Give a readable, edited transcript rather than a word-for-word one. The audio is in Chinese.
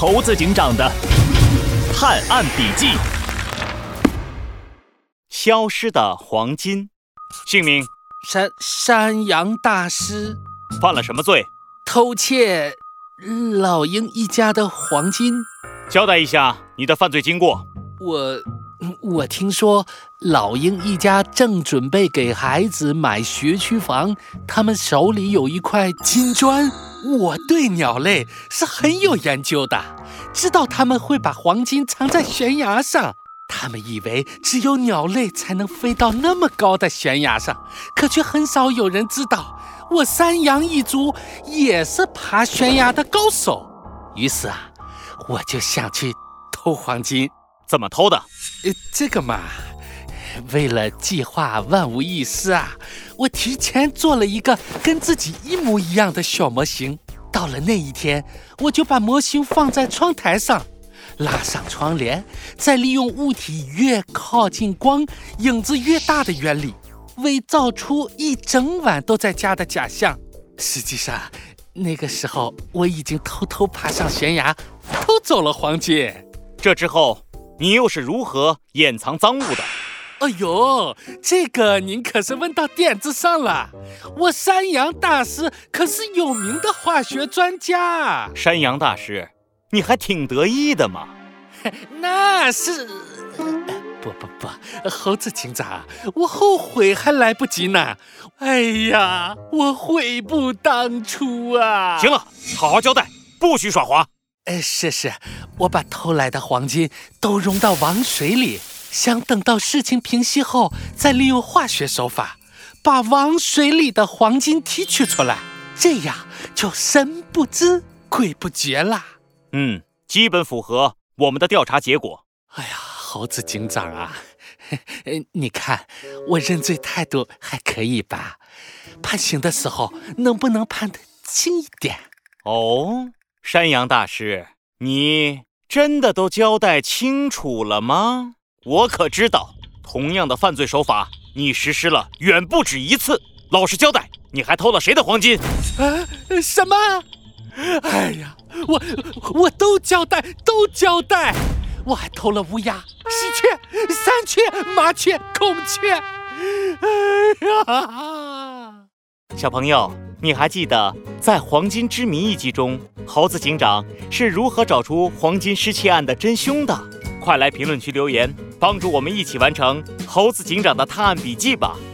猴子警长的探案笔记。消失的黄金，姓名山羊大师， 犯了什么罪？ 偷窃老鹰一家的黄金。 交代一下你的犯罪经过。 我听说老鹰一家正准备给孩子买学区房，他们手里有一块金砖。我对鸟类是很有研究的，知道他们会把黄金藏在悬崖上。他们以为只有鸟类才能飞到那么高的悬崖上，可却很少有人知道，我山羊一族也是爬悬崖的高手。于是我就想去偷黄金。 怎么偷的？ 这个嘛，为了计划万无一失我提前做了一个跟自己一模一样的小模型。到了那一天，我就把模型放在窗台上，拉上窗帘，再利用物体越靠近光，影子越大的原理，伪造出一整晚都在家的假象。实际上，那个时候我已经偷偷爬上悬崖，偷走了黄金。 这之后你又是如何掩藏赃物的？ 哎呦，这个您可是问到点子上了。我山羊大师可是有名的化学专家。 山羊大师，你还挺得意的嘛。 那是不，猴子警长，我后悔还来不及呢。哎呀，我悔不当初啊。 行了，好好交代，不许耍滑。 是，我把偷来的黄金都融到王水里，想等到事情平息后，再利用化学手法把王水里的黄金提取出来，这样就神不知鬼不觉啦。 基本符合我们的调查结果。 哎呀，猴子警长你看我认罪态度还可以吧？判刑的时候能不能判得轻一点？ 哦，山羊大师，你真的都交代清楚了吗？我可知道，同样的犯罪手法你实施了远不止一次。老实交代，你还偷了谁的黄金？ 什么？哎呀，我都交代。我还偷了乌鸦、喜鹊、山雀、麻雀、孔雀。哎呀！ 小朋友，你还记得在《黄金之谜》一集中，猴子警长是如何找出黄金失窃案的真凶的？快来评论区留言，帮助我们一起完成猴子警长的探案笔记吧。